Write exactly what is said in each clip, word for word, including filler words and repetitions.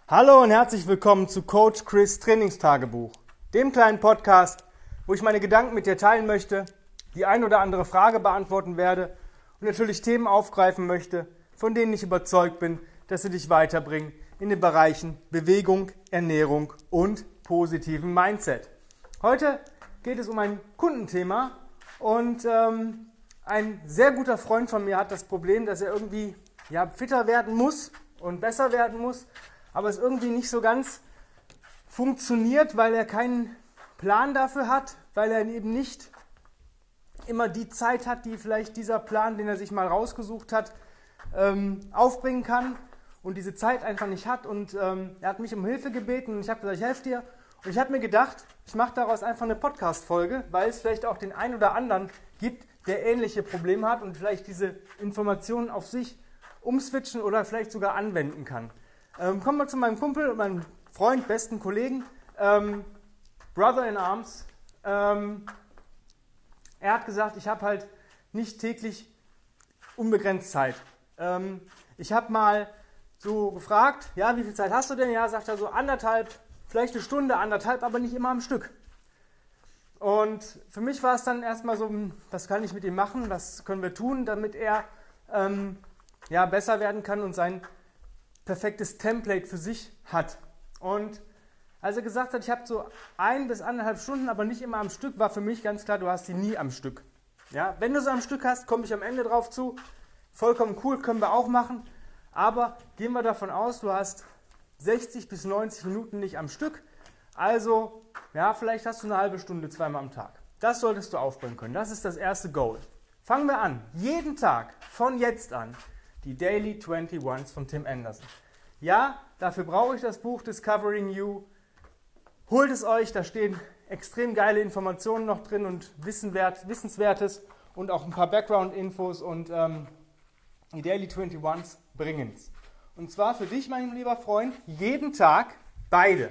Hallo und herzlich willkommen zu Coach Chris Trainingstagebuch, dem kleinen Podcast, wo ich meine Gedanken mit dir teilen möchte, die ein oder andere Frage beantworten werde und natürlich Themen aufgreifen möchte, von denen ich überzeugt bin, dass sie dich weiterbringen in den Bereichen Bewegung, Ernährung und positiven Mindset. Heute geht es um ein Kundenthema und ähm, ein sehr guter Freund von mir hat das Problem, dass er irgendwie ja, fitter werden muss und besser werden muss, aber es irgendwie nicht so ganz funktioniert, weil er keinen Plan dafür hat, weil er eben nicht immer die Zeit hat, die vielleicht dieser Plan, den er sich mal rausgesucht hat, ähm, aufbringen kann und diese Zeit einfach nicht hat. Und ähm, er hat mich um Hilfe gebeten und ich habe gesagt, ich helfe dir. Und ich habe mir gedacht, ich mache daraus einfach eine Podcast-Folge, weil es vielleicht auch den einen oder anderen gibt, der ähnliche Probleme hat und vielleicht diese Informationen auf sich umswitchen oder vielleicht sogar anwenden kann. Ähm, kommen wir zu meinem Kumpel und meinem Freund, besten Kollegen, ähm, Brother in Arms. Ähm, er hat gesagt, ich habe halt nicht täglich unbegrenzt Zeit. Ähm, ich habe mal so gefragt, ja, wie viel Zeit hast du denn? Ja, sagt er so anderthalb, vielleicht eine Stunde, anderthalb, aber nicht immer am Stück. Und für mich war es dann erstmal so, was kann ich mit ihm machen, was können wir tun, damit er ähm, ja, besser werden kann und sein perfektes Template für sich hat. Und als er gesagt hat, ich habe so ein bis anderthalb Stunden, aber nicht immer am Stück, war für mich ganz klar, du hast die nie am Stück. Ja, wenn du sie am Stück hast, komme ich am Ende drauf zu. Vollkommen cool, können wir auch machen. Aber gehen wir davon aus, du hast sechzig bis neunzig Minuten nicht am Stück. Also, ja, vielleicht hast du eine halbe Stunde zweimal am Tag. Das solltest du aufbringen können. Das ist das erste Goal. Fangen wir an. Jeden Tag, von jetzt an, die Daily einundzwanzig von Tim Anderson. Ja, dafür brauche ich das Buch Discovering You. Holt es euch, da stehen extrem geile Informationen noch drin und Wissenwert, Wissenswertes und auch ein paar Background-Infos und ähm, die Daily einundzwanzig bringen es. Und zwar für dich, mein lieber Freund, jeden Tag beide.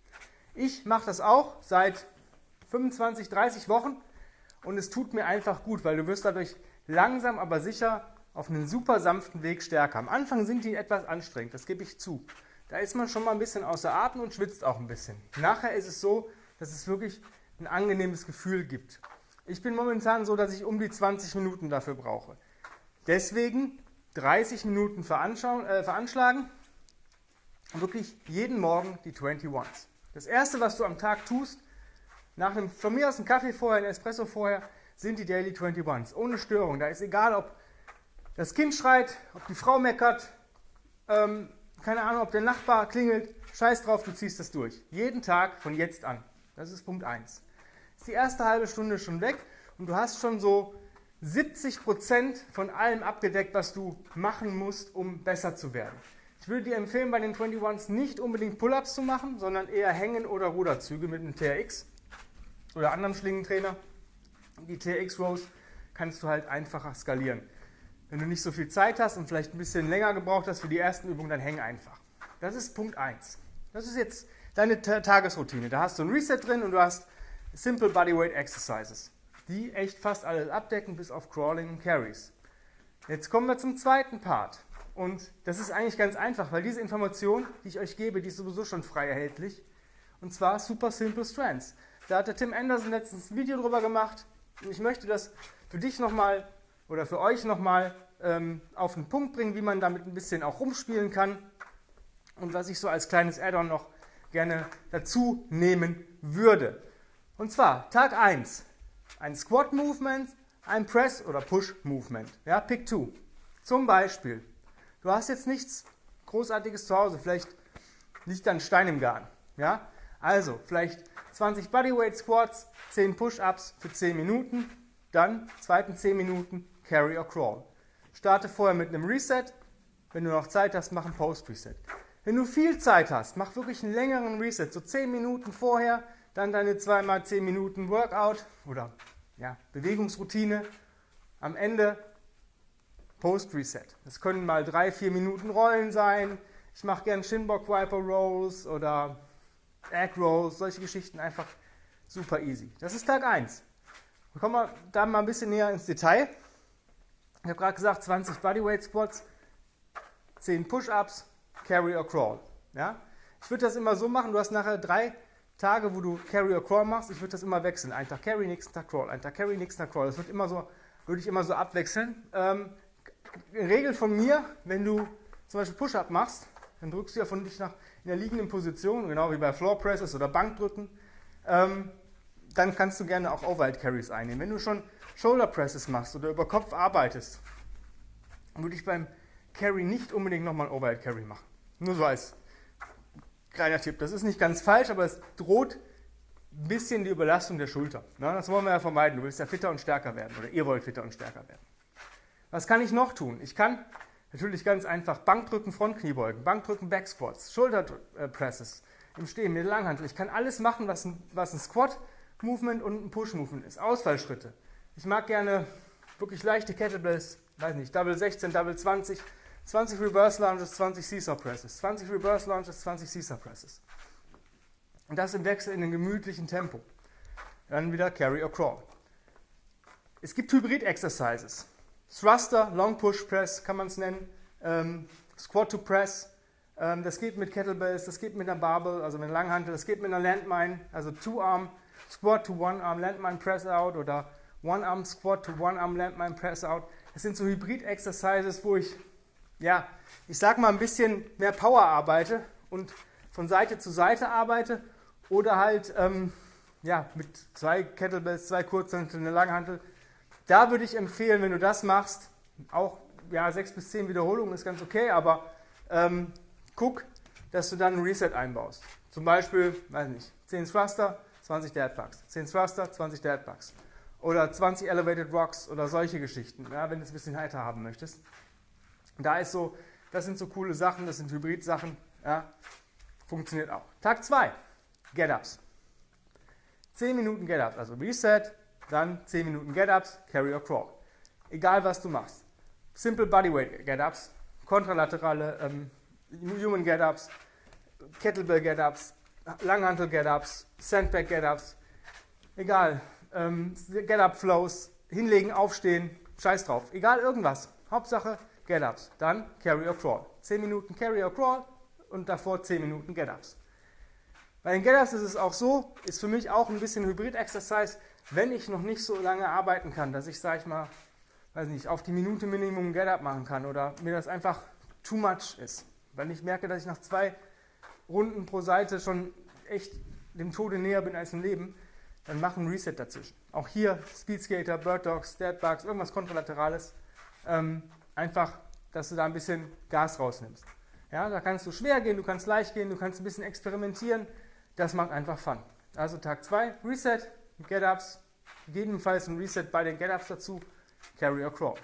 Ich mache das auch seit fünfundzwanzig, dreißig Wochen und es tut mir einfach gut, weil du wirst dadurch langsam, aber sicher auf einen super sanften Weg stärker. Am Anfang sind die etwas anstrengend, das gebe ich zu. Da ist man schon mal ein bisschen außer Atem und schwitzt auch ein bisschen. Nachher ist es so, dass es wirklich ein angenehmes Gefühl gibt. Ich bin momentan so, dass ich um die zwanzig Minuten dafür brauche. Deswegen dreißig Minuten äh, veranschlagen und wirklich jeden Morgen die einundzwanzig. Das erste, was du am Tag tust, nach einem, von mir aus einem Kaffee vorher, einem Espresso vorher, sind die Daily einundzwanzig. Ohne Störung. Da ist egal, ob das Kind schreit, ob die Frau meckert, ähm, keine Ahnung, ob der Nachbar klingelt, scheiß drauf, du ziehst das durch. Jeden Tag von jetzt an. Das ist Punkt eins. Ist die erste halbe Stunde schon weg und du hast schon so siebzig Prozent von allem abgedeckt, was du machen musst, um besser zu werden. Ich würde dir empfehlen, bei den einundzwanzig nicht unbedingt Pull-Ups zu machen, sondern eher Hängen- oder Ruderzüge mit einem T R X oder anderem Schlingentrainer. Die T R X-Rows kannst du halt einfacher skalieren. Wenn du nicht so viel Zeit hast und vielleicht ein bisschen länger gebraucht hast für die ersten Übungen, dann häng einfach. Das ist Punkt eins. Das ist jetzt deine Ta- Tagesroutine. Da hast du ein Reset drin und du hast Simple Bodyweight Exercises, die echt fast alles abdecken, bis auf Crawling und Carries. Jetzt kommen wir zum zweiten Part. Und das ist eigentlich ganz einfach, weil diese Information, die ich euch gebe, die ist sowieso schon frei erhältlich. Und zwar Super Simple Strands. Da hat der Tim Anderson letztens ein Video drüber gemacht. Und ich möchte das für dich nochmal oder für euch nochmal ähm, auf den Punkt bringen, wie man damit ein bisschen auch rumspielen kann und was ich so als kleines Add-on noch gerne dazu nehmen würde. Und zwar Tag eins, ein Squat-Movement, ein Press- oder Push-Movement. Ja, Pick two. Zum Beispiel, du hast jetzt nichts Großartiges zu Hause, vielleicht liegt da ein Stein im Garten. Ja? Also, vielleicht zwanzig Bodyweight Squats, zehn Push-Ups für zehn Minuten, dann zweiten zehn Minuten Carry or Crawl. Starte vorher mit einem Reset. Wenn du noch Zeit hast, mach ein Post-Reset. Wenn du viel Zeit hast, mach wirklich einen längeren Reset. So zehn Minuten vorher, dann deine zwei mal zehn Minuten Workout oder ja, Bewegungsroutine. Am Ende Post-Reset. Das können mal drei, vier Minuten Rollen sein. Ich mache gerne Shinbok Viper Rolls oder Egg Rolls. Solche Geschichten einfach super easy. Das ist Tag eins. Kommen wir da mal ein bisschen näher ins Detail. Ich habe gerade gesagt, zwanzig Bodyweight Squats, zehn Push-Ups, Carry or Crawl. Ja? Ich würde das immer so machen, du hast nachher drei Tage, wo du Carry or Crawl machst. Ich würde das immer wechseln. Einen Tag Carry, nächsten Tag Crawl, einen Tag Carry, nächsten Tag Crawl. Das wird immer so, würde ich immer so abwechseln. Ähm, Regel von mir, wenn du zum Beispiel Push-Up machst, dann drückst du ja von dich nach in der liegenden Position, genau wie bei Floor Presses oder Bankdrücken. Ähm, dann kannst du gerne auch Overhead Carries einnehmen. Wenn du schon Shoulder Presses machst oder über Kopf arbeitest, würde ich beim Carry nicht unbedingt nochmal Overhead Carry machen. Nur so als kleiner Tipp. Das ist nicht ganz falsch, aber es droht ein bisschen die Überlastung der Schulter. Ne? Das wollen wir ja vermeiden. Du willst ja fitter und stärker werden oder ihr wollt fitter und stärker werden. Was kann ich noch tun? Ich kann natürlich ganz einfach Bankdrücken, Frontkniebeugen, Bankdrücken, Backsquats, Shoulder Presses im Stehen mit der Langhantel. Ich kann alles machen, was ein, was ein Squat-Movement und ein Push-Movement ist. Ausfallschritte. Ich mag gerne wirklich leichte Kettlebells, weiß nicht, Double sechzehn, Double zwanzig, zwanzig Reverse Lunges, zwanzig Seesaw Presses, zwanzig Reverse Lunges, zwanzig Seesaw Presses. Und das im Wechsel in einem gemütlichen Tempo. Dann wieder Carry or Crawl. Es gibt Hybrid-Exercises. Thruster, Long Push Press kann man es nennen, ähm, Squat to Press. Ähm, das geht mit Kettlebells, das geht mit einer Barbell, also mit einer Langhantel, das geht mit einer Landmine, also Two-Arm Squat to One-Arm Landmine Press Out oder One-Arm Squat to One-Arm Landmine Press Out. Das sind so Hybrid-Exercises, wo ich, ja, ich sag mal ein bisschen mehr Power arbeite und von Seite zu Seite arbeite oder halt, ähm, ja, mit zwei Kettlebells, zwei Kurzhanteln, eine Langhantel. Da würde ich empfehlen, wenn du das machst, auch ja, sechs bis zehn Wiederholungen ist ganz okay, aber ähm, guck, dass du dann ein Reset einbaust. Zum Beispiel, weiß nicht, zehn Thruster, zwanzig Deadbugs, zehn Thruster, zwanzig Deadbugs oder zwanzig Elevated Rocks oder solche Geschichten, ja, wenn du es ein bisschen heiter haben möchtest. Da ist so, das sind so coole Sachen, das sind Hybrid-Sachen, ja, funktioniert auch. Tag zwei, Get-Ups. zehn Minuten Get-Ups, also Reset, dann zehn Minuten Get-Ups, Carry or Crawl. Egal was du machst. Simple Bodyweight Get-Ups, kontralaterale ähm, Human Get-Ups, Kettlebell Get-Ups, Langhantel Get-Ups, Sandbag Get-Ups, egal. Ähm, Get-Up Flows, hinlegen, aufstehen, scheiß drauf. Egal irgendwas. Hauptsache Get-Ups. Dann Carry or Crawl. zehn Minuten Carry or Crawl und davor zehn Minuten Get-Ups. Bei den Get-Ups ist es auch so, ist für mich auch ein bisschen Hybrid-Exercise, wenn ich noch nicht so lange arbeiten kann, dass ich, sag ich mal, weiß nicht, auf die Minute Minimum Get-Up machen kann oder mir das einfach too much ist. Weil ich merke, dass ich nach zwei Runden pro Seite schon echt dem Tode näher bin als im Leben, dann mach ein Reset dazwischen. Auch hier Speedskater, Bird Dogs, Deadbugs, irgendwas Kontralaterales. Ähm, einfach, dass du da ein bisschen Gas rausnimmst. Ja, da kannst du schwer gehen, du kannst leicht gehen, du kannst ein bisschen experimentieren. Das macht einfach Fun. Also Tag zwei, Reset, Get-Ups, gegebenenfalls ein Reset bei den Get-Ups dazu, Carry or Crawl.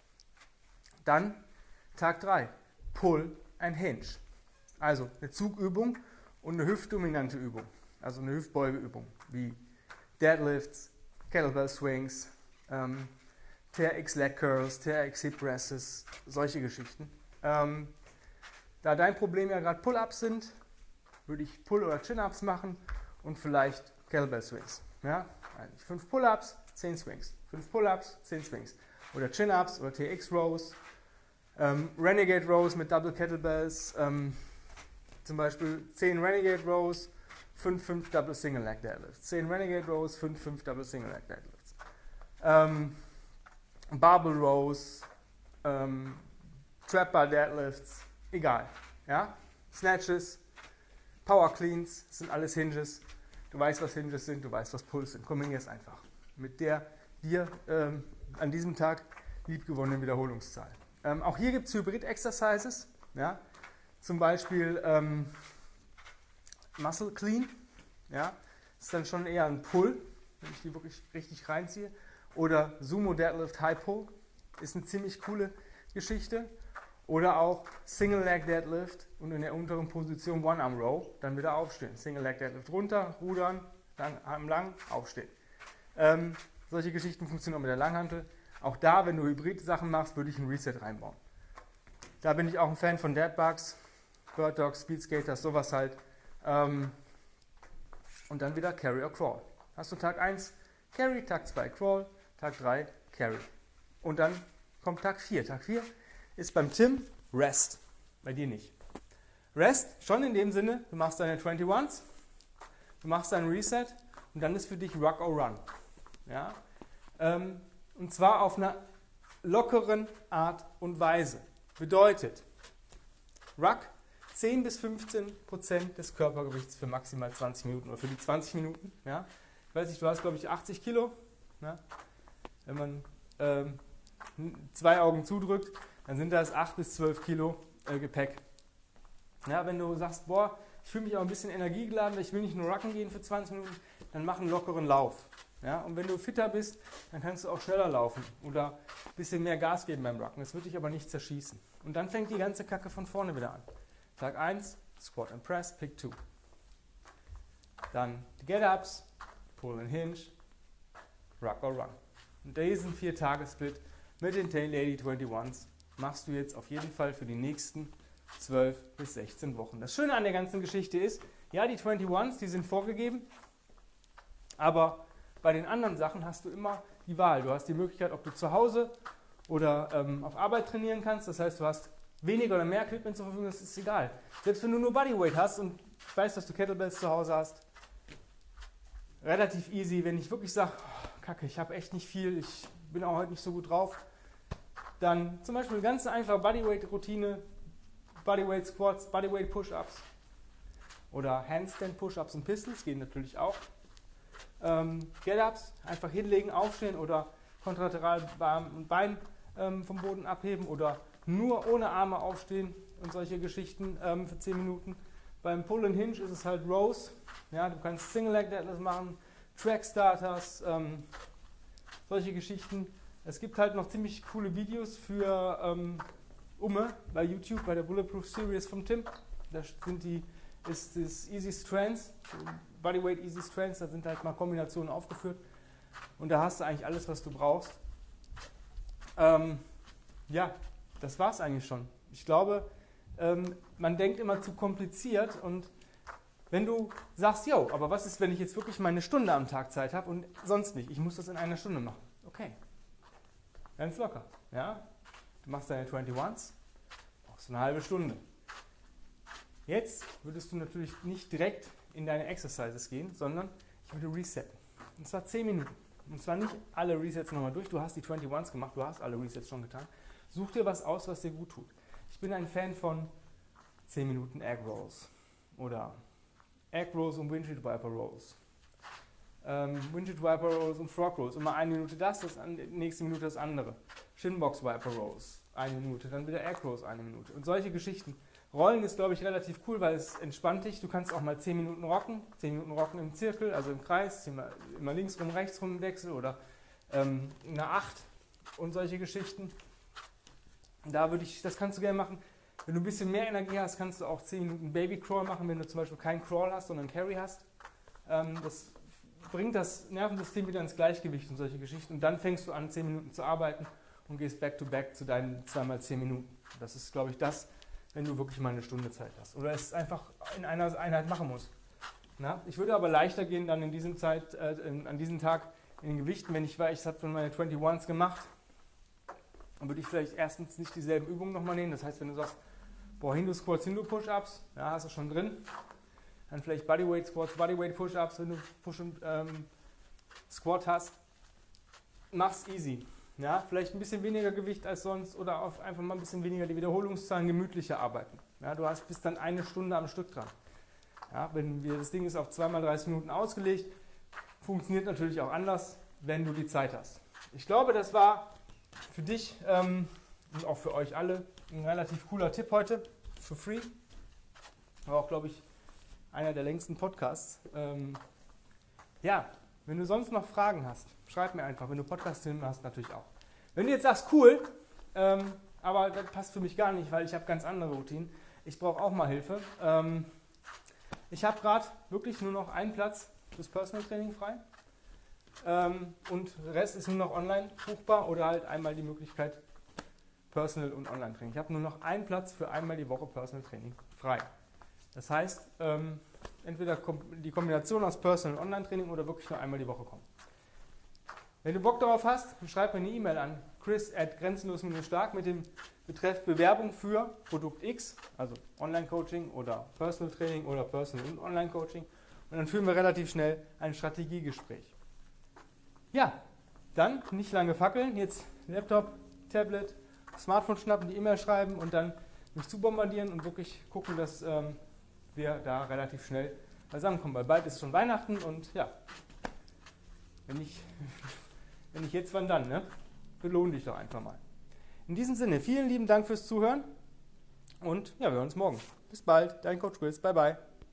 Dann Tag drei, Pull and Hinge. Also eine Zugübung und eine hüftdominante Übung. Also eine Hüftbeugeübung, wie Deadlifts, Kettlebell Swings, ähm, T R X Leg Curls, T R X Hip Presses, solche Geschichten. Ähm, da dein Problem ja gerade Pull-Ups sind, würde ich Pull- oder Chin-Ups machen und vielleicht Kettlebell Swings. Ja? Also fünf Pull-Ups, zehn Swings. fünf Pull-Ups, zehn Swings. Oder Chin-Ups oder T X Rows. Ähm, Renegade Rows mit Double Kettlebells. Ähm, zum Beispiel zehn Renegade Rows, fünf, fünf Double Single Leg Deadlifts. zehn Renegade Rows, fünf, fünf Double Single Leg Deadlifts. Ähm, Barbell Rows, ähm, Trap Bar Deadlifts, egal. Ja? Snatches, Power Cleans, das sind alles Hinges. Du weißt, was Hinges sind, du weißt, was Pulls sind. Kombinier es einfach mit der dir ähm, an diesem Tag liebgewonnenen Wiederholungszahl. Ähm, auch hier gibt es Hybrid-Exercises. Ja? Zum Beispiel ähm, Muscle Clean. Ja? Das ist dann schon eher ein Pull, wenn ich die wirklich richtig reinziehe. Oder Sumo Deadlift High Pull ist eine ziemlich coole Geschichte. Oder auch Single Leg Deadlift und in der unteren Position One Arm Row, dann wieder aufstehen. Single Leg Deadlift runter, rudern, dann Arm lang, aufstehen. Ähm, solche Geschichten funktionieren auch mit der Langhantel. Auch da, wenn du Hybrid-Sachen machst, würde ich ein Reset reinbauen. Da bin ich auch ein Fan von Deadbugs, Bird Dogs, Speedskaters, sowas halt. Ähm, und dann wieder Carry or Crawl. Hast du Tag eins Carry, Tag zwei Crawl, Tag drei Carry. Und dann kommt Tag vier. Tag vier ist beim Tim Rest, bei dir nicht. Rest schon in dem Sinne, du machst deine einundzwanziger, du machst deinen Reset und dann ist für dich Rock or Run. Ja? Ähm, und zwar auf einer lockeren Art und Weise. Bedeutet, Ruck zehn bis fünfzehn Prozent des Körpergewichts für maximal zwanzig Minuten oder für die zwanzig Minuten. Ja? Ich weiß nicht, du hast glaube ich achtzig Kilo. Ja? Wenn man ähm, zwei Augen zudrückt, dann sind das acht bis zwölf Kilo äh, Gepäck. Ja, wenn du sagst, boah, ich fühle mich auch ein bisschen energiegeladen, ich will nicht nur rucken gehen für zwanzig Minuten, dann mach einen lockeren Lauf. Ja, und wenn du fitter bist, dann kannst du auch schneller laufen oder ein bisschen mehr Gas geben beim Rucken. Das wird dich aber nicht zerschießen. Und dann fängt die ganze Kacke von vorne wieder an. Tag eins, Squat and Press, Pick zwei. Dann die Get-Ups, Pull and Hinge, Ruck or Run. Und diesen vier Tage Split mit den Tail Lady einundzwanziger machst du jetzt auf jeden Fall für die nächsten zwölf bis sechzehn Wochen. Das Schöne an der ganzen Geschichte ist, ja, die einundzwanziger, die sind vorgegeben, aber bei den anderen Sachen hast du immer die Wahl. Du hast die Möglichkeit, ob du zu Hause oder ähm, auf Arbeit trainieren kannst. Das heißt, du hast weniger oder mehr Equipment zur Verfügung, das ist egal. Selbst wenn du nur Bodyweight hast und ich weiß, dass du Kettlebells zu Hause hast, relativ easy. Wenn ich wirklich sage, oh, Kacke, ich habe echt nicht viel, ich bin auch heute nicht so gut drauf, dann zum Beispiel eine ganz einfache Bodyweight-Routine, Bodyweight Squats, Bodyweight Push-Ups oder Handstand Push-Ups und Pistols gehen natürlich auch. Ähm, Get-Ups, einfach hinlegen, aufstehen oder kontralateral Bein ähm, vom Boden abheben oder nur ohne Arme aufstehen und solche Geschichten ähm, für zehn Minuten. Beim Pull and Hinge ist es halt Rows. Ja, du kannst Single Leg Deadlifts machen, Track Starters, ähm, solche Geschichten. Es gibt halt noch ziemlich coole Videos für ähm, Umme bei YouTube, bei der Bulletproof Series vom Tim. Da sind die, ist das Easy Strengths, Bodyweight Easy Strengths, da sind halt mal Kombinationen aufgeführt. Und da hast du eigentlich alles, was du brauchst. Ähm, ja, das war es eigentlich schon. Ich glaube, ähm, man denkt immer zu kompliziert und wenn du sagst, yo, aber was ist, wenn ich jetzt wirklich mal eine Stunde am Tag Zeit habe und sonst nicht, ich muss das in einer Stunde machen. Okay, ganz locker. Ja? Du machst deine einundzwanziger, brauchst eine halbe Stunde. Jetzt würdest du natürlich nicht direkt in deine Exercises gehen, sondern ich würde resetten. Und zwar zehn Minuten. Und zwar nicht alle Resets nochmal durch. Du hast die einundzwanziger gemacht, du hast alle Resets schon getan. Such dir was aus, was dir gut tut. Ich bin ein Fan von zehn Minuten Egg Rolls oder Egg Rolls und Windshield Wiper Rolls. Ähm, Windshield Wiper Rolls und Frog Rolls. Immer eine Minute das, das nächste Minute das andere. Shinbox Wiper Rolls, eine Minute. Dann wieder Egg Rolls, eine Minute. Und solche Geschichten. Rollen ist, glaube ich, relativ cool, weil es entspannt dich. Du kannst auch mal zehn Minuten rocken. zehn Minuten rocken im Zirkel, also im Kreis. Immer, immer links rum, rechts rum im Wechsel oder ähm, eine acht und solche Geschichten. Da würde ich, das kannst du gerne machen. Wenn du ein bisschen mehr Energie hast, kannst du auch zehn Minuten Baby Crawl machen, wenn du zum Beispiel keinen Crawl hast, sondern Carry hast. Ähm, das bringt das Nervensystem wieder ins Gleichgewicht und solche Geschichten. Und dann fängst du an, zehn Minuten zu arbeiten und gehst back to back zu deinen zwei mal zehn Minuten. Das ist, glaube ich, das, wenn du wirklich mal eine Stunde Zeit hast. Oder es einfach in einer Einheit machen musst. Na? Ich würde aber leichter gehen dann in diesem Zeit, äh, in, an diesem Tag in den Gewichten, wenn ich weiß, ich habe schon meine einundzwanziger gemacht. Dann würde ich vielleicht erstens nicht dieselben Übungen nochmal nehmen. Das heißt, wenn du sagst, boah, Hindu-Squats, Hindu-Push-Ups, ja, hast du schon drin. Dann vielleicht Bodyweight-Squats, Bodyweight-Push-Ups, wenn du Push- und ähm, Squat hast. Mach's easy. Ja, vielleicht ein bisschen weniger Gewicht als sonst oder auf einfach mal ein bisschen weniger die Wiederholungszahlen, gemütlicher arbeiten. Ja, du hast bis dann eine Stunde am Stück dran. Ja, wenn wir, das Ding ist auf zwei mal dreißig Minuten ausgelegt, funktioniert natürlich auch anders, wenn du die Zeit hast. Ich glaube, das war für dich ähm, und auch für euch alle ein relativ cooler Tipp heute, for free. War auch, glaube ich, einer der längsten Podcasts. Ähm, ja, wenn du sonst noch Fragen hast, schreib mir einfach. Wenn du Podcast-Themen hast, natürlich auch. Wenn du jetzt sagst, cool, ähm, aber das passt für mich gar nicht, weil ich habe ganz andere Routinen. Ich brauche auch mal Hilfe. Ähm, ich habe gerade wirklich nur noch einen Platz fürs Personal Training frei. Ähm, und der Rest ist nur noch online buchbar oder halt einmal die Möglichkeit Personal und Online Training. Ich habe nur noch einen Platz für einmal die Woche Personal Training frei. Das heißt, ähm, entweder die Kombination aus Personal und Online Training oder wirklich nur einmal die Woche kommen. Wenn du Bock darauf hast, schreib mir eine E-Mail an chris at grenzenlos stark mit dem Betreff Bewerbung für Produkt X, also Online-Coaching oder Personal Training oder Personal und Online-Coaching. Und dann führen wir relativ schnell ein Strategiegespräch. Ja, dann nicht lange fackeln, jetzt Laptop, Tablet, Smartphone schnappen, die E-Mail schreiben und dann mich zu bombardieren und wirklich gucken, dass ähm, wir da relativ schnell zusammenkommen. Weil bald ist schon Weihnachten und ja, wenn nicht, wenn nicht jetzt, wann dann, ne? Belohn dich doch einfach mal. In diesem Sinne, vielen lieben Dank fürs Zuhören und ja, wir hören uns morgen. Bis bald, dein Coach Chris, bye bye.